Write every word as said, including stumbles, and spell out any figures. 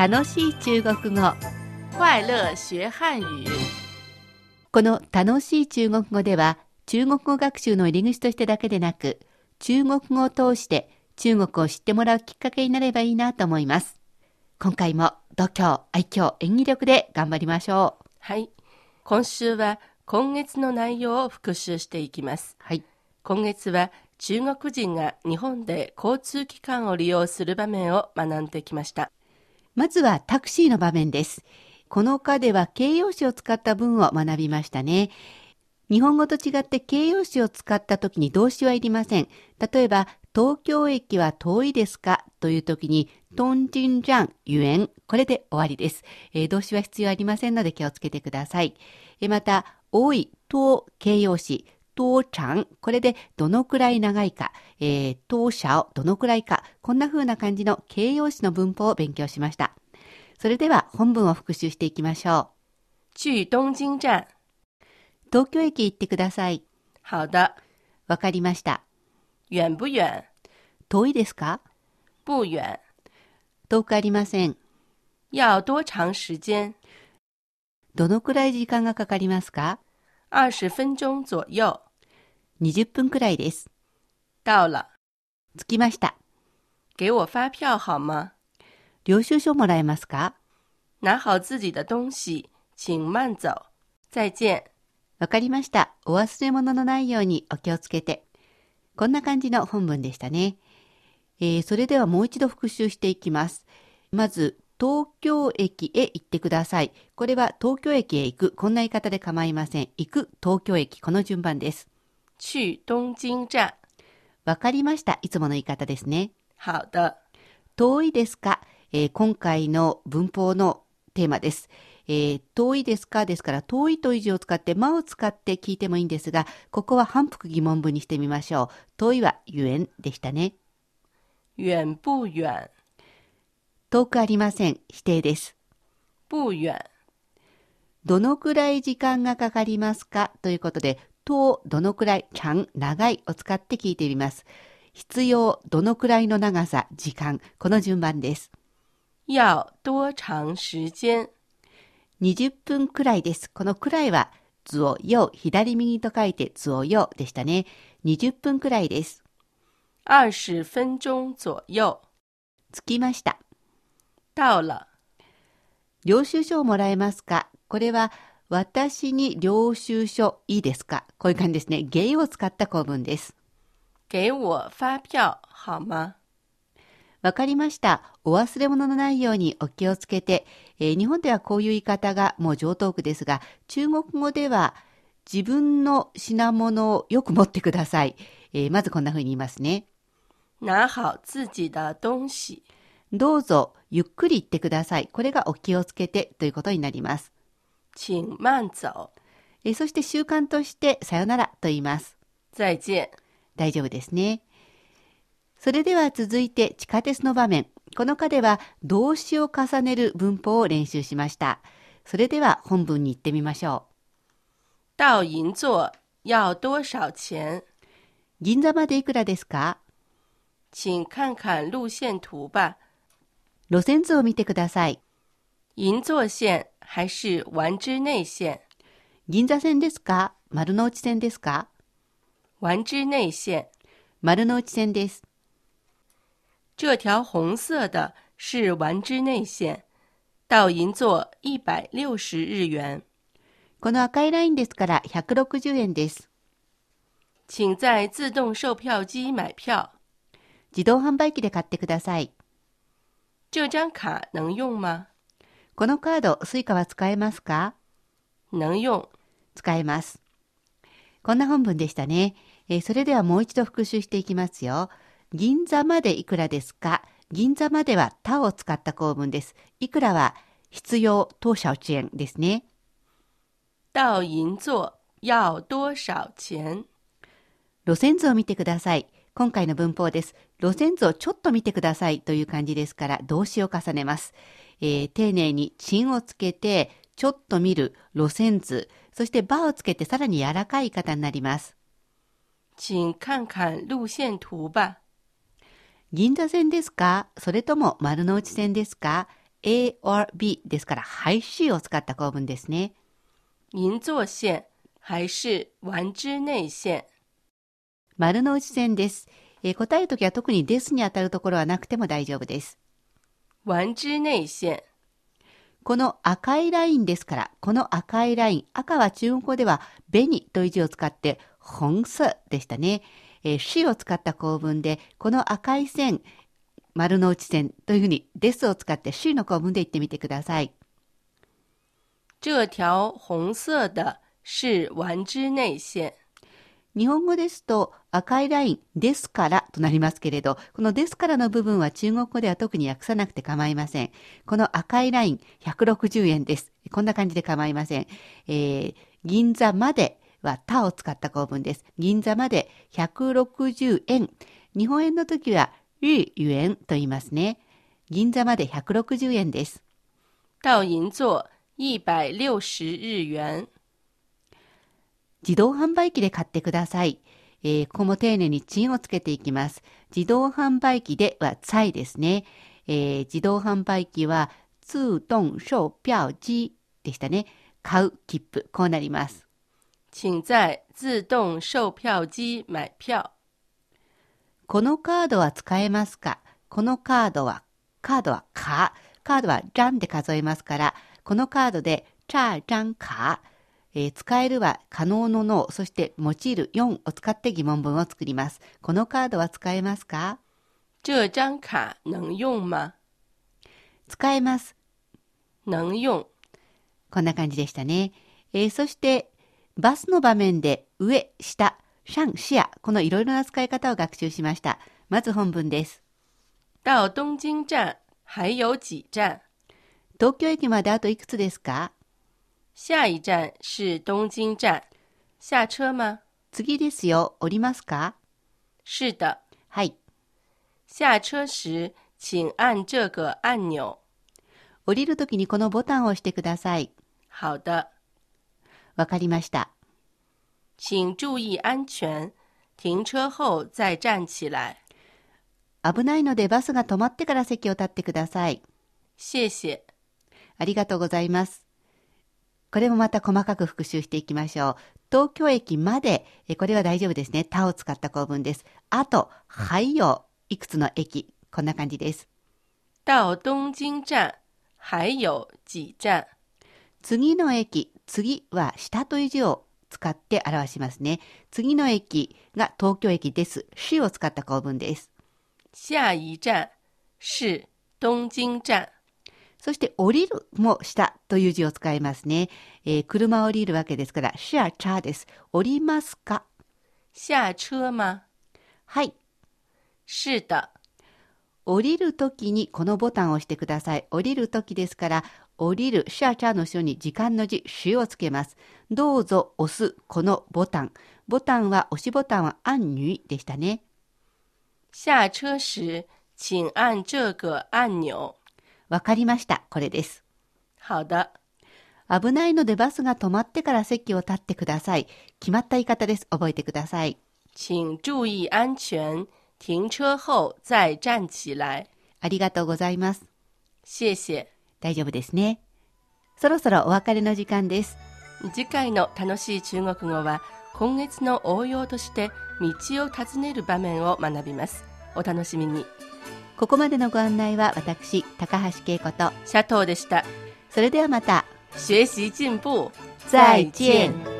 楽しい中国語。 快乐学汉语。 この楽しい中国語では、中国語学習の入り口としてだけでなく、中国語を通して中国を知ってもらうきっかけになればいいなと思います。今回も度胸、愛嬌、演技力で頑張りましょう。 はい。今週は今月の内容を復習していきます。 はい。 今月は中国人が日本で交通機関を利用する場面を学んできました。 まずはタクシーの場面です。この課では形容詞を使った文を学びましたね。日本語と違って形容詞を使った時に動詞はいりません。例えば、東京駅は遠いですかという時に、東京站遠、これで終わりです。えー、動詞は必要ありませんので気をつけてください。えー、また、多い、遠、形容詞、多長、これでどのくらい長いか、えー、多少、どのくらいか、こんな風な感じの形容詞の文法を勉強しました。それでは本文を復習していきましょう。去東京站。 東京駅行ってください。 好的。 わかりました。 遠不遠？ 遠いですか？ 不遠。 遠くありません。 要多長時間？ どのくらい時間がかかりますか？ 二十分鐘左右。 にじゅっぷんくらいです。 到了。 着きました。 给我发票好吗？ 領収書もらえますか？ 拿好自己的東西，請慢走。再見。 わかりました。お忘れ物のないようにお気をつけて。こんな感じの本文でしたね。えー、それではもう一度復習していきます。まず、東京駅へ行ってください。これは東京駅へ行く。こんな言い方で構いません。行く、東京駅。この順番です。 去東京站。 わかりました。いつもの言い方ですね。 好的。 遠いですか？えー、今回の文法のテーマです。えー、遠いですかですから遠いという字を使って間を使って聞いてもいいんですが、ここは反復疑問文にしてみましょう。遠いは遠でしたね。 遠不遠？ 遠くありません。否定です。 不遠。 どのくらい時間がかかりますかということで、とどのくらい、長、長いを使って聞いてみます。必要、どのくらいの長さ、時間、この順番です。 要多長時間？ にじゅっぷんくらいです。このくらいは、左右、左右と書いて左右でしたね。にじゅっぷんくらいです。 二十分鐘左右。 着きました。 到了。 領収書をもらえますか？これは、私に領収書いいですか？こういう感じですね。ゲイを使った構文です。 给我发票好吗？ わかりました。お忘れ物のないようにお気をつけて、えー、日本ではこういう言い方がもう常套句ですが、中国語では自分の品物をよく持ってください。えー、まずこんな風に言いますね。 拿好自己的東西。 どうぞゆっくり行ってください。これがお気をつけてということになります。 請慢走。 えー、そして習慣としてさよならと言います。 再見。 大丈夫ですね。それでは続いて地下鉄の場面。この課では動詞を重ねる文法を練習しました。それでは本文に行ってみましょう。到銀座要多少錢？ 銀座までいくらですか？ 請看看路線圖吧。 路線図を見てください。 銀座線還是丸之內線？ 銀座線ですか？丸の内線ですか？ 丸之內線。 丸の内線です。 這條紅色的是丸之內線。到銀座一百六十日元。 この赤いラインですからひゃくろくじゅうえんです。 請在自動售票機買票。 自動販売機で買ってください。 這張卡能用嗎？ このカード、スイカは使えますか？ 能用。 使えます。こんな本文でしたね。えー、それではもう一度復習していきますよ。銀座までいくらですか？銀座までは他を使った構文です。いくらは必要、多少錢ですね。 到銀座要多少錢？ 路線図を見てください。今回の文法です。路線図をちょっと見てくださいという感じですから動詞を重ねます。えー、丁寧に賃をつけてちょっと見る路線図、そしてばをつけてさらに柔らかい言い方になります。 請看看路線圖吧。 銀座線ですか？それとも丸の内線ですか？ A or B ですから、还是を使った構文ですね。 银座線还是丸之内線。 丸の内線です。えー、答えるときは特にですに当たるところはなくても大丈夫です。 丸之内線。 この赤いラインですから、この赤いライン、赤は中国語では紅という字を使って、紅色でしたね。えー、しを使った構文で、この赤い線、丸の内線というふうにですを使ってしの構文で言ってみてください。 这条红色的是丸之内線。 日本語ですと赤いラインですからとなりますけれど、このですからの部分は中国語では特に訳さなくて構いません。この赤いラインひゃくろくじゅうえんです。こんな感じで構いません。えー、銀座まではたを使った構文です。銀座までひゃくろくじゅうえん。日本円の時は日元と言いますね。銀座までひゃくろくじゅうえんです。 到銀座一百六十日元。 自動販売機で買ってください。えー、ここも丁寧にチンをつけていきます。自動販売機では在ですね。えー、自動販売機は自動售票機でしたね。買う切符、こうなります。 請在自動售票機買票。 このカードは使えますか？このカードは、カードはカ、カードはジャンで数えますから、このカードでチャージャンカ、えー、使えるは可能のの、そして用いるよんを使って疑問文を作ります。このカードは使えますか？ 这張卡能用嗎？ 使えます。 能用。 こんな感じでしたね。えー、そして、バスの場面で上、下、上、下、このいろいろな使い方を学習しました。まず本文です。 到東京站還有幾站？ 東京駅まであといくつですか？ 下一站是東京站。下車嗎？ 次ですよ。降りますか？ 是的。 はい。 下車時、請按這個按鈕。 降りるときにこのボタンを押してください。 好的。 わかりました。 請注意安全。停車後再站起來。 危ないのでバスが止まってから席を立ってください。 謝謝。 ありがとうございます。これもまた細かく復習していきましょう。東京駅まで、これは大丈夫ですね。たを使った構文です。あと、はいよ、いくつの駅。こんな感じです。 到東京站、還有幾站。 次の駅、次は下という字を使って表しますね。次の駅が東京駅です。しを使った構文です。 下一站是東京站。 そして降りるも下という字を使いますね。えー、車を降りるわけですから、下車です。降りますか？ 下車嗎？ はい。 是的。 降りるときにこのボタンを押してください。降りるときですから、降りる下車の後ろに時間の字、しをつけます。どうぞ押すこのボタン。ボタンは、押しボタンは按钮でしたね。 下車時、請按這個按鈕。 わかりました。これです。 好的。 危ないのでバスが止まってから席を立ってください。決まった言い方です。覚えてください。 請注意安全。停車後再站起來。 ありがとうございます。 謝謝。 大丈夫ですね。そろそろお別れの時間です。 次回の楽しい中国語は、今月の応用として道を尋ねる場面を学びます。お楽しみに。 ここまでのご案内は私、高橋恵子とシャトーでした。 それではまた。 学習進步。 再見。